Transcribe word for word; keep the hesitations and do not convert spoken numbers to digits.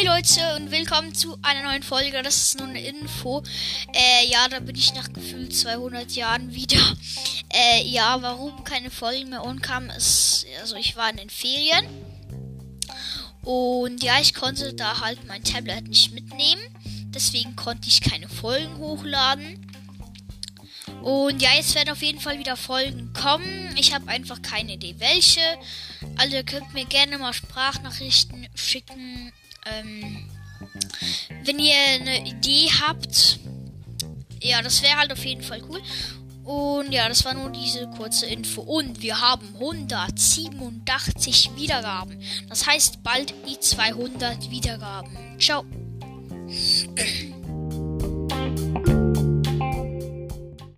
Hi Leute und willkommen zu einer neuen Folge. Das ist nur eine Info. Äh, ja, da bin ich nach gefühlt zweihundert Jahren wieder. Äh, ja, warum keine Folgen mehr umkamen, ist, also ich war in den Ferien. Und ja, ich konnte da halt mein Tablet nicht mitnehmen. Deswegen konnte ich keine Folgen hochladen. Und ja, jetzt werden auf jeden Fall wieder Folgen kommen. Ich habe einfach keine Idee, welche. Also ihr könnt mir gerne mal Sprachnachrichten schicken. Ähm, wenn ihr eine Idee habt. Ja, das wäre halt auf jeden Fall cool. Und ja, das war nur diese kurze Info. Und wir haben hundertsiebenundachtzig Wiedergaben. Das heißt bald die zweihundert Wiedergaben. Ciao.